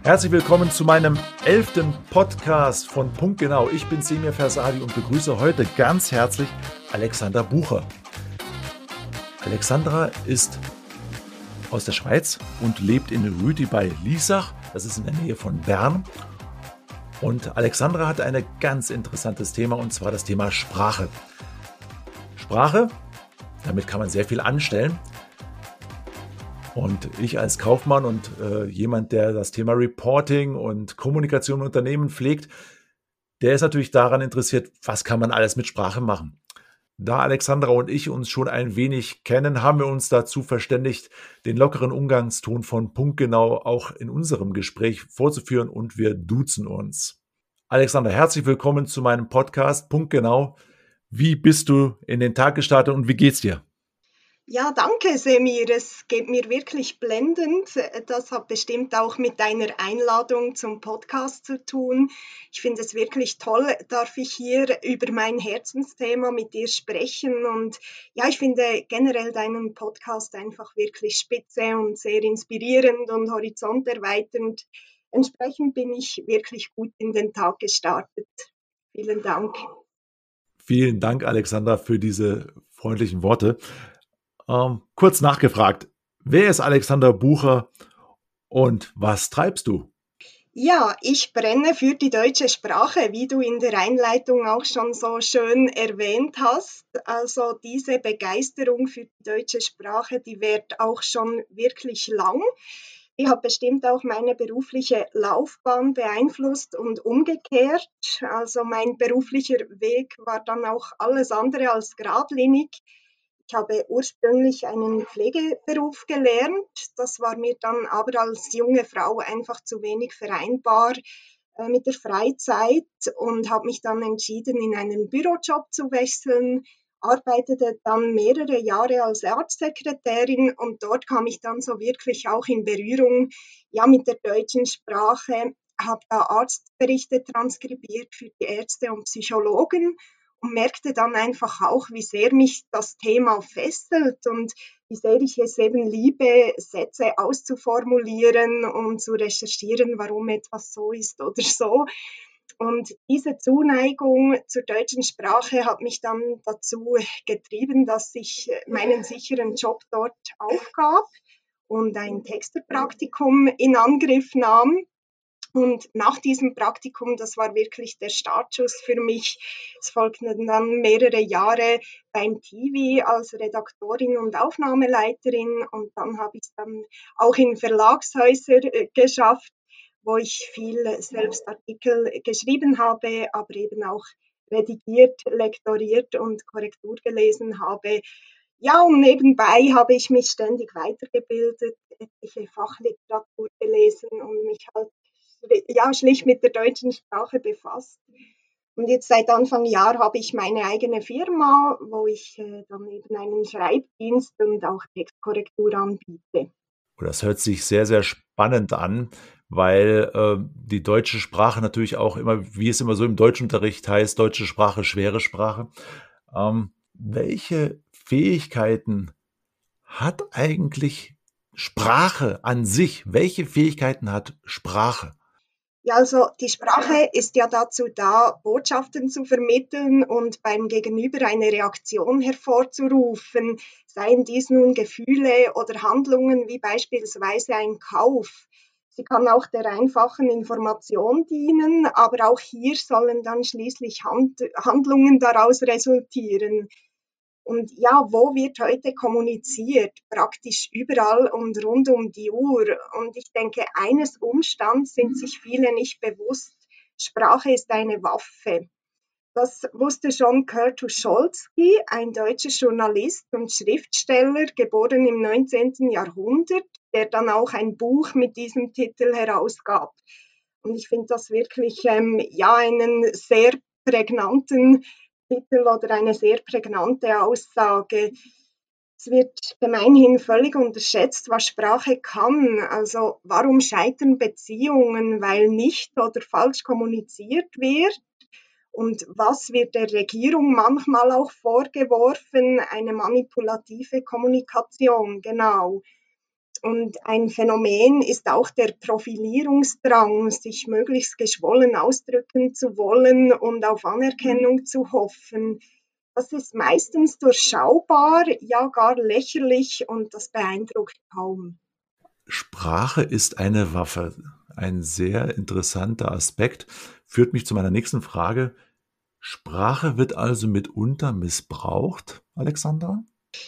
Herzlich willkommen zu meinem 11. Podcast von Punktgenau. Ich bin Semir Fersadi und begrüße heute ganz herzlich Alexandra Bucher. Alexandra ist aus der Schweiz und lebt in Rüti bei Liesach. Das ist in der Nähe von Bern. Und Alexandra hat ein ganz interessantes Thema, und zwar das Thema Sprache. Sprache, damit kann man sehr viel anstellen. Und ich als Kaufmann und jemand, der das Thema Reporting und Kommunikation in Unternehmen pflegt, der ist natürlich daran interessiert, was kann man alles mit Sprache machen. Da Alexandra und ich uns schon ein wenig kennen, haben wir uns dazu verständigt, den lockeren Umgangston von Punktgenau auch in unserem Gespräch vorzuführen, und wir duzen uns. Alexandra, herzlich willkommen zu meinem Podcast Punktgenau. Wie bist du in den Tag gestartet und wie geht's dir? Ja, danke, Semir. Es geht mir wirklich blendend. Das hat bestimmt auch mit deiner Einladung zum Podcast zu tun. Ich finde es wirklich toll, darf ich hier über mein Herzensthema mit dir sprechen. Und ja, ich finde generell deinen Podcast einfach wirklich spitze und sehr inspirierend und horizonterweiternd. Entsprechend bin ich wirklich gut in den Tag gestartet. Vielen Dank. Vielen Dank, Alexandra, für diese freundlichen Worte. Kurz nachgefragt, wer ist Alexandra Bucher und was treibst du? Ja, ich brenne für die deutsche Sprache, wie du in der Einleitung auch schon so schön erwähnt hast. Also diese Begeisterung für die deutsche Sprache, die währt auch schon wirklich lang. Die hat bestimmt auch meine berufliche Laufbahn beeinflusst und umgekehrt. Also mein beruflicher Weg war dann auch alles andere als geradlinig. Ich habe ursprünglich einen Pflegeberuf gelernt. Das war mir dann aber als junge Frau einfach zu wenig vereinbar mit der Freizeit und habe mich dann entschieden, in einen Bürojob zu wechseln, arbeitete dann mehrere Jahre als Arztsekretärin und dort kam ich dann so wirklich auch in Berührung ja, mit der deutschen Sprache, habe da Arztberichte transkribiert für die Ärzte und Psychologen und merkte dann einfach auch, wie sehr mich das Thema fesselt und wie sehr ich es eben liebe, Sätze auszuformulieren und zu recherchieren, warum etwas so ist oder so. Und diese Zuneigung zur deutschen Sprache hat mich dann dazu getrieben, dass ich meinen sicheren Job dort aufgab und ein Texterpraktikum in Angriff nahm. Und nach diesem Praktikum, das war wirklich der Startschuss für mich. Es folgten dann mehrere Jahre beim TV als Redaktorin und Aufnahmeleiterin und dann habe ich es dann auch in Verlagshäuser geschafft, wo ich viel selbst Artikel geschrieben habe, aber eben auch redigiert, lektoriert und Korrektur gelesen habe. Ja, und nebenbei habe ich mich ständig weitergebildet, etliche Fachliteratur gelesen und mich halt ja, schlicht mit der deutschen Sprache befasst. Und jetzt seit Anfang Jahr habe ich meine eigene Firma, wo ich dann eben einen Schreibdienst und auch Textkorrektur anbiete. Das hört sich sehr, sehr spannend an, weil die deutsche Sprache natürlich auch immer, wie es immer so im Deutschunterricht heißt, deutsche Sprache, schwere Sprache. Welche Fähigkeiten hat eigentlich Sprache an sich? Welche Fähigkeiten hat Sprache? Ja, also die Sprache ist ja dazu da, Botschaften zu vermitteln und beim Gegenüber eine Reaktion hervorzurufen, seien dies nun Gefühle oder Handlungen wie beispielsweise ein Kauf. Sie kann auch der einfachen Information dienen, aber auch hier sollen dann schließlich Handlungen daraus resultieren. Und ja, wo wird heute kommuniziert? Praktisch überall und rund um die Uhr. Und ich denke, eines Umstands sind sich viele nicht bewusst. Sprache ist eine Waffe. Das wusste schon Kurt Tucholsky, ein deutscher Journalist und Schriftsteller, geboren im 19. Jahrhundert, der dann auch ein Buch mit diesem Titel herausgab. Und ich finde das wirklich ja einen sehr prägnanten Titel oder eine sehr prägnante Aussage. Es wird gemeinhin völlig unterschätzt, was Sprache kann. Also warum scheitern Beziehungen? Weil nicht oder falsch kommuniziert wird. Und was wird der Regierung manchmal auch vorgeworfen? Eine manipulative Kommunikation, genau. Und ein Phänomen ist auch der Profilierungsdrang, sich möglichst geschwollen ausdrücken zu wollen und auf Anerkennung zu hoffen. Das ist meistens durchschaubar, ja gar lächerlich und das beeindruckt kaum. Sprache ist eine Waffe. Ein sehr interessanter Aspekt. Führt mich zu meiner nächsten Frage. Sprache wird also mitunter missbraucht, Alexandra?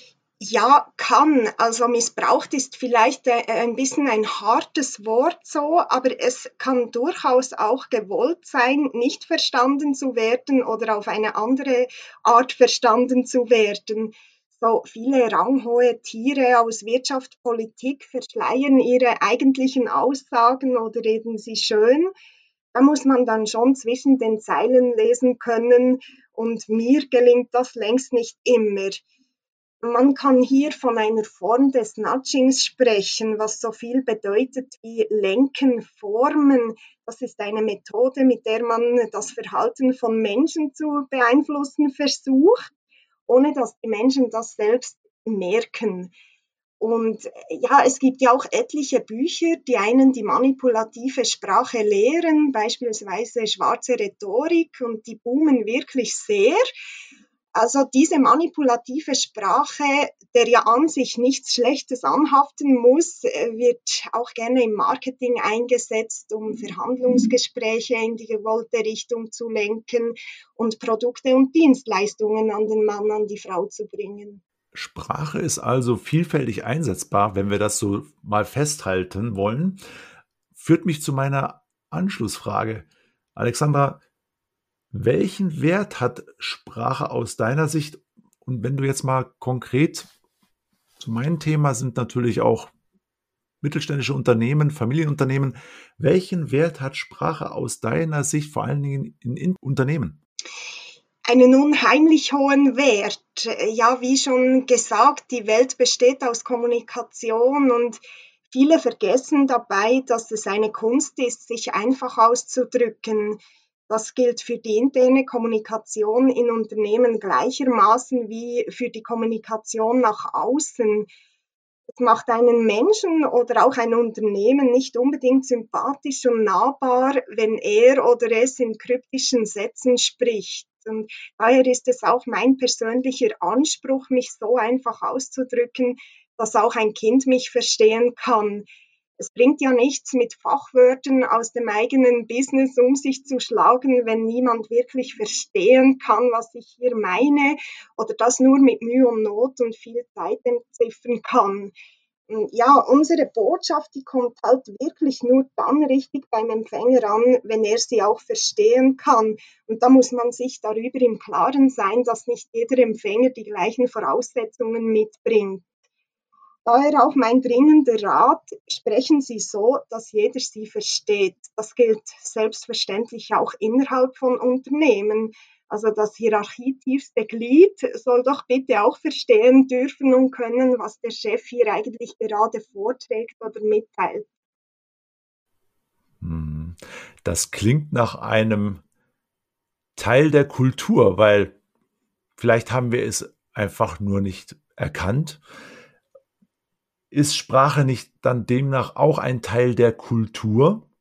Ja, kann. Also missbraucht ist vielleicht ein bisschen ein hartes Wort so, aber es kann durchaus auch gewollt sein, nicht verstanden zu werden oder auf eine andere Art verstanden zu werden. So viele ranghohe Tiere aus Wirtschaft, Politik verschleiern ihre eigentlichen Aussagen oder reden sie schön. Da muss man dann schon zwischen den Zeilen lesen können und mir gelingt das längst nicht immer. Man kann hier von einer Form des Nudgings sprechen, was so viel bedeutet wie lenken, formen. Das ist eine Methode, mit der man das Verhalten von Menschen zu beeinflussen versucht, ohne dass die Menschen das selbst merken. Und ja, es gibt ja auch etliche Bücher, die einen die manipulative Sprache lehren, beispielsweise Schwarze Rhetorik, und die boomen wirklich sehr. Also diese manipulative Sprache, der ja an sich nichts Schlechtes anhaften muss, wird auch gerne im Marketing eingesetzt, um Verhandlungsgespräche in die gewollte Richtung zu lenken und Produkte und Dienstleistungen an den Mann, an die Frau zu bringen. Sprache ist also vielfältig einsetzbar, wenn wir das so mal festhalten wollen. Führt mich zu meiner Anschlussfrage. Alexandra, welchen Wert hat Sprache aus deiner Sicht? Und wenn du jetzt mal konkret zu meinem Thema sind natürlich auch mittelständische Unternehmen, Familienunternehmen. Welchen Wert hat Sprache aus deiner Sicht vor allen Dingen in Unternehmen? Einen unheimlich hohen Wert. Ja, wie schon gesagt, die Welt besteht aus Kommunikation und viele vergessen dabei, dass es eine Kunst ist, sich einfach auszudrücken. Das gilt für die interne Kommunikation in Unternehmen gleichermaßen wie für die Kommunikation nach außen. Es macht einen Menschen oder auch ein Unternehmen nicht unbedingt sympathisch und nahbar, wenn er oder es in kryptischen Sätzen spricht. Und daher ist es auch mein persönlicher Anspruch, mich so einfach auszudrücken, dass auch ein Kind mich verstehen kann. Es bringt ja nichts, mit Fachwörtern aus dem eigenen Business um sich zu schlagen, wenn niemand wirklich verstehen kann, was ich hier meine oder das nur mit Mühe und Not und viel Zeit entziffern kann. Ja, unsere Botschaft, die kommt halt wirklich nur dann richtig beim Empfänger an, wenn er sie auch verstehen kann. Und da muss man sich darüber im Klaren sein, dass nicht jeder Empfänger die gleichen Voraussetzungen mitbringt. Daher auch mein dringender Rat, sprechen Sie so, dass jeder Sie versteht. Das gilt selbstverständlich auch innerhalb von Unternehmen. Also das hierarchietiefste Glied soll doch bitte auch verstehen dürfen und können, was der Chef hier eigentlich gerade vorträgt oder mitteilt. Hm, das klingt nach einem Teil der Kultur, weil vielleicht haben wir es einfach nur nicht erkannt. Ist Sprache nicht dann demnach auch ein Teil der Kultur?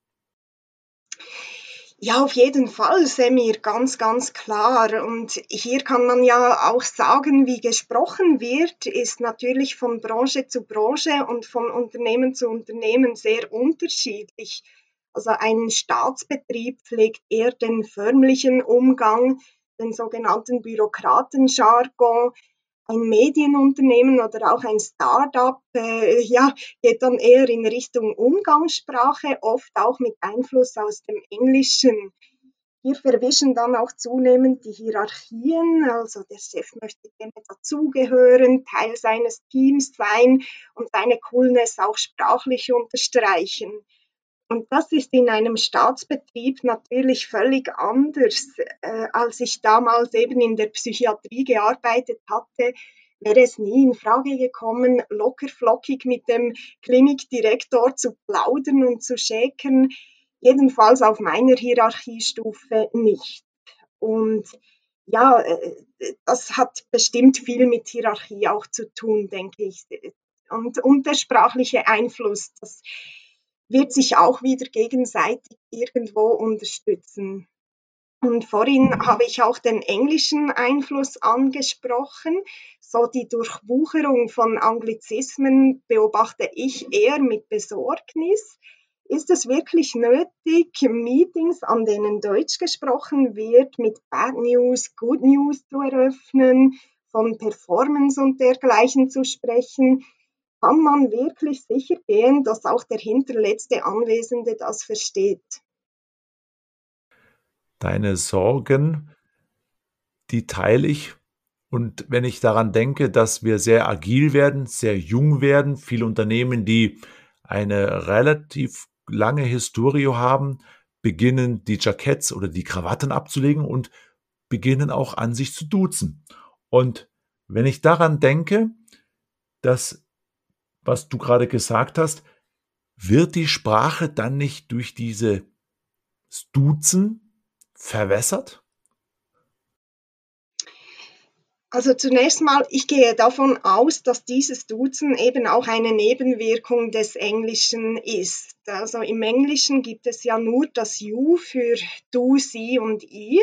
Ja, auf jeden Fall, Semir, ganz, ganz klar. Und hier kann man ja auch sagen, wie gesprochen wird, ist natürlich von Branche zu Branche und von Unternehmen zu Unternehmen sehr unterschiedlich. Also ein Staatsbetrieb pflegt eher den förmlichen Umgang, den sogenannten Bürokratenjargon. Ein Medienunternehmen oder auch ein Start-up, ja, geht dann eher in Richtung Umgangssprache, oft auch mit Einfluss aus dem Englischen. Hier verwischen dann auch zunehmend die Hierarchien, also der Chef möchte gerne dazugehören, Teil seines Teams sein und seine Coolness auch sprachlich unterstreichen. Und das ist in einem Staatsbetrieb natürlich völlig anders. Als ich damals eben in der Psychiatrie gearbeitet hatte, wäre es nie in Frage gekommen, lockerflockig mit dem Klinikdirektor zu plaudern und zu schäkern. Jedenfalls auf meiner Hierarchiestufe nicht. Und ja, das hat bestimmt viel mit Hierarchie auch zu tun, denke ich. und der sprachliche Einfluss, das wird sich auch wieder gegenseitig irgendwo unterstützen. Und vorhin habe ich auch den englischen Einfluss angesprochen. So die Durchwucherung von Anglizismen beobachte ich eher mit Besorgnis. Ist es wirklich nötig, Meetings, an denen Deutsch gesprochen wird, mit Bad News, Good News zu eröffnen, von Performance und dergleichen zu sprechen? Kann man wirklich sicher gehen, dass auch der hinterletzte Anwesende das versteht? Deine Sorgen, die teile ich. Und wenn ich daran denke, dass wir sehr agil werden, sehr jung werden, viele Unternehmen, die eine relativ lange Historie haben, beginnen die Jacketts oder die Krawatten abzulegen und beginnen auch an sich zu duzen. Und wenn ich daran denke, dass, was du gerade gesagt hast, wird die Sprache dann nicht durch diese Duzen verwässert? Also zunächst mal, ich gehe davon aus, dass dieses Duzen eben auch eine Nebenwirkung des Englischen ist. Also im Englischen gibt es ja nur das You für du, sie und ihr.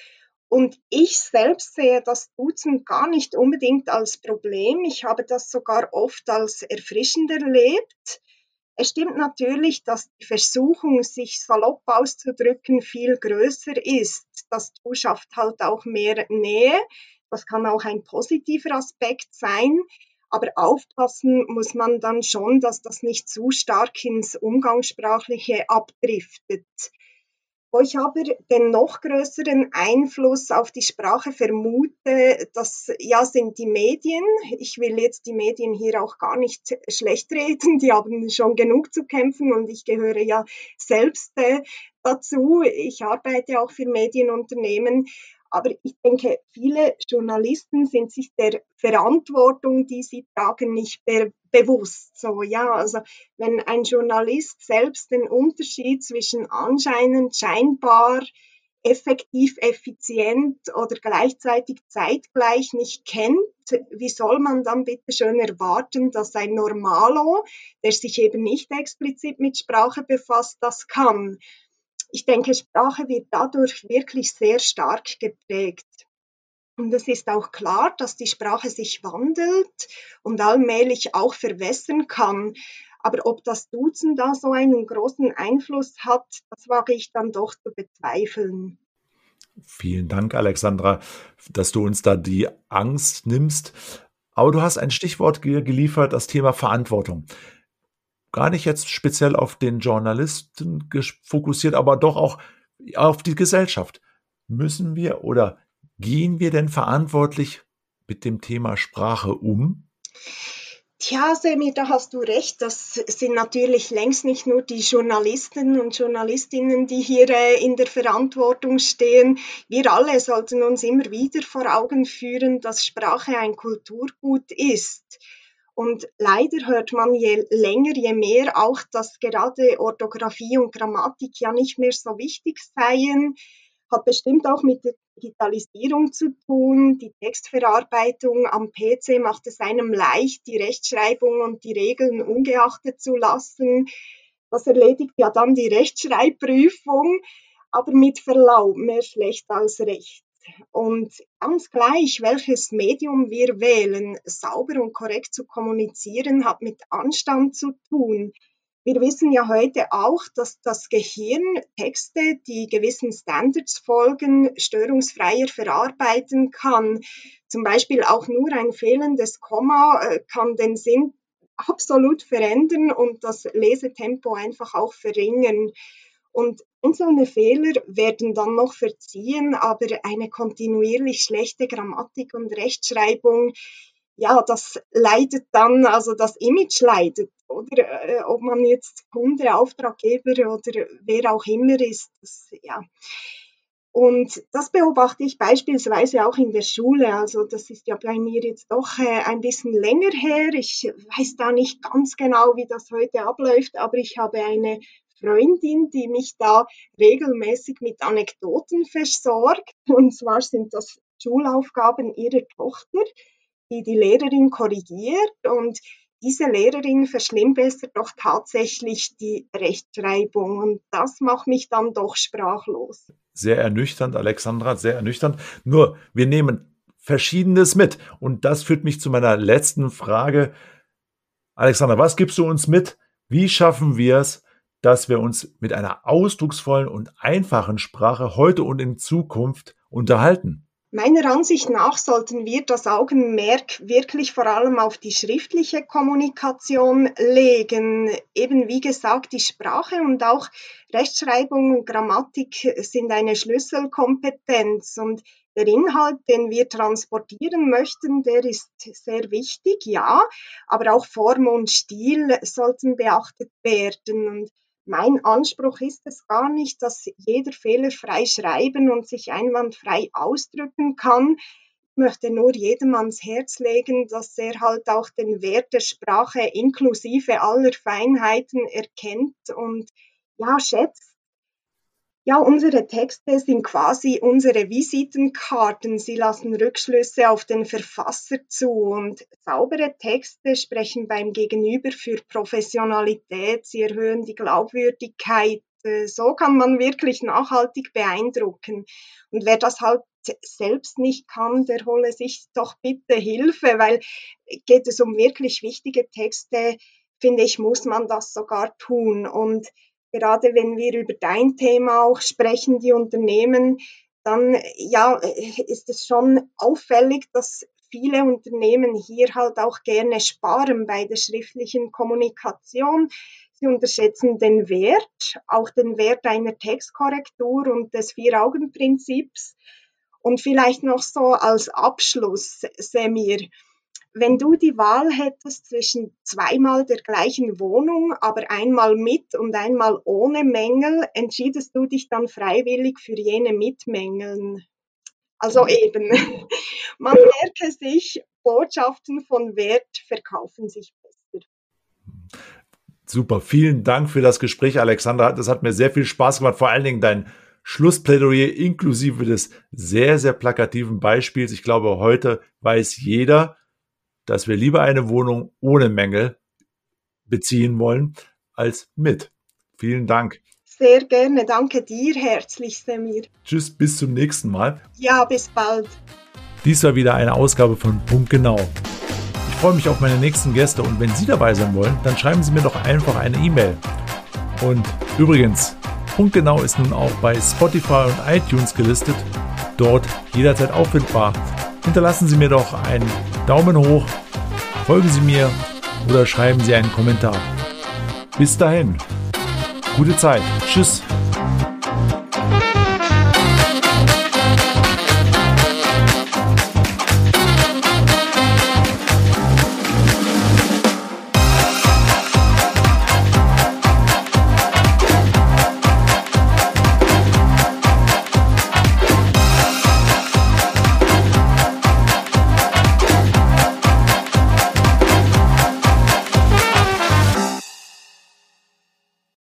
Und ich selbst sehe das Duzen gar nicht unbedingt als Problem. Ich habe das sogar oft als erfrischend erlebt. Es stimmt natürlich, dass die Versuchung, sich salopp auszudrücken, viel größer ist. Das Du schafft halt auch mehr Nähe. Das kann auch ein positiver Aspekt sein. Aber aufpassen muss man dann schon, dass das nicht zu stark ins Umgangssprachliche abdriftet. Wo ich aber den noch größeren Einfluss auf die Sprache vermute, das ja, sind die Medien. Ich will jetzt die Medien hier auch gar nicht schlecht reden, die haben schon genug zu kämpfen und ich gehöre ja selbst dazu. Ich arbeite auch für Medienunternehmen. Aber ich denke, viele Journalisten sind sich der Verantwortung, die sie tragen, nicht bewusst. So, ja, also wenn ein Journalist selbst den Unterschied zwischen anscheinend, scheinbar, effektiv, effizient oder gleichzeitig zeitgleich nicht kennt, wie soll man dann bitte schön erwarten, dass ein Normalo, der sich eben nicht explizit mit Sprache befasst, das kann? Ich denke, Sprache wird dadurch wirklich sehr stark geprägt. Und es ist auch klar, dass die Sprache sich wandelt und allmählich auch verwässern kann. Aber ob das Duzen da so einen großen Einfluss hat, das wage ich dann doch zu bezweifeln. Vielen Dank, Alexandra, dass du uns da die Angst nimmst. Aber du hast ein Stichwort geliefert, das Thema Verantwortung. Gar nicht jetzt speziell auf den Journalisten fokussiert, aber doch auch auf die Gesellschaft. Müssen wir oder gehen wir denn verantwortlich mit dem Thema Sprache um? Tja, Semir, da hast du recht. Das sind natürlich längst nicht nur die Journalisten und Journalistinnen, die hier in der Verantwortung stehen. Wir alle sollten uns immer wieder vor Augen führen, dass Sprache ein Kulturgut ist. Und leider hört man je länger, je mehr auch, dass gerade Orthographie und Grammatik ja nicht mehr so wichtig seien. Hat bestimmt auch mit der Digitalisierung zu tun. Die Textverarbeitung am PC macht es einem leicht, die Rechtschreibung und die Regeln ungeachtet zu lassen. Das erledigt ja dann die Rechtschreibprüfung, aber mit Verlaub mehr schlecht als recht. Und ganz gleich, welches Medium wir wählen, sauber und korrekt zu kommunizieren, hat mit Anstand zu tun. Wir wissen ja heute auch, dass das Gehirn Texte, die gewissen Standards folgen, störungsfreier verarbeiten kann. Zum Beispiel auch nur ein fehlendes Komma kann den Sinn absolut verändern und das Lesetempo einfach auch verringern. Und einzelne Fehler werden dann noch verziehen, aber eine kontinuierlich schlechte Grammatik und Rechtschreibung, ja, das leidet dann, also das Image leidet, oder ob man jetzt Kunde, Auftraggeber oder wer auch immer ist, das, ja. Und das beobachte ich beispielsweise auch in der Schule. Also das ist ja bei mir jetzt doch ein bisschen länger her. Ich weiß da nicht ganz genau, wie das heute abläuft, aber ich habe eine Freundin, die mich da regelmäßig mit Anekdoten versorgt. Und zwar sind das Schulaufgaben ihrer Tochter, die die Lehrerin korrigiert. Und diese Lehrerin verschlimmbessert doch tatsächlich die Rechtschreibung und das macht mich dann doch sprachlos. Sehr ernüchternd, Alexandra, sehr ernüchternd. Nur, wir nehmen Verschiedenes mit und das führt mich zu meiner letzten Frage. Alexandra, was gibst du uns mit? Wie schaffen wir es, dass wir uns mit einer ausdrucksvollen und einfachen Sprache heute und in Zukunft unterhalten? Meiner Ansicht nach sollten wir das Augenmerk wirklich vor allem auf die schriftliche Kommunikation legen. Eben wie gesagt, die Sprache und auch Rechtschreibung und Grammatik sind eine Schlüsselkompetenz und der Inhalt, den wir transportieren möchten, der ist sehr wichtig, ja, aber auch Form und Stil sollten beachtet werden. Und mein Anspruch ist es gar nicht, dass jeder fehlerfrei schreiben und sich einwandfrei ausdrücken kann. Ich möchte nur jedem ans Herz legen, dass er halt auch den Wert der Sprache inklusive aller Feinheiten erkennt und ja, schätzt. Ja, unsere Texte sind quasi unsere Visitenkarten. Sie lassen Rückschlüsse auf den Verfasser zu und saubere Texte sprechen beim Gegenüber für Professionalität. Sie erhöhen die Glaubwürdigkeit. So kann man wirklich nachhaltig beeindrucken. Und wer das halt selbst nicht kann, der hole sich doch bitte Hilfe, weil geht es um wirklich wichtige Texte, finde ich, muss man das sogar tun. Und gerade wenn wir über dein Thema auch sprechen, die Unternehmen, dann ja, ist es schon auffällig, dass viele Unternehmen hier halt auch gerne sparen bei der schriftlichen Kommunikation. Sie unterschätzen den Wert, auch den Wert einer Textkorrektur und des Vier-Augen-Prinzips. Und vielleicht noch so als Abschluss, Semir, wenn du die Wahl hättest zwischen zweimal der gleichen Wohnung, aber einmal mit und einmal ohne Mängel, entschiedest du dich dann freiwillig für jene mit Mängeln? Also eben, man merke sich, Botschaften von Wert verkaufen sich besser. Super, vielen Dank für das Gespräch, Alexandra. Das hat mir sehr viel Spaß gemacht, vor allen Dingen dein Schlussplädoyer inklusive des sehr, sehr plakativen Beispiels. Ich glaube, heute weiß jeder, dass wir lieber eine Wohnung ohne Mängel beziehen wollen, als mit. Vielen Dank. Sehr gerne, danke dir herzlich, Semir. Tschüss, bis zum nächsten Mal. Ja, bis bald. Dies war wieder eine Ausgabe von Punkt Genau. Ich freue mich auf meine nächsten Gäste und wenn Sie dabei sein wollen, dann schreiben Sie mir doch einfach eine E-Mail. Und übrigens, Punkt Genau ist nun auch bei Spotify und iTunes gelistet, dort jederzeit auffindbar. Hinterlassen Sie mir doch einen Daumen hoch, folgen Sie mir oder schreiben Sie einen Kommentar. Bis dahin, gute Zeit, tschüss.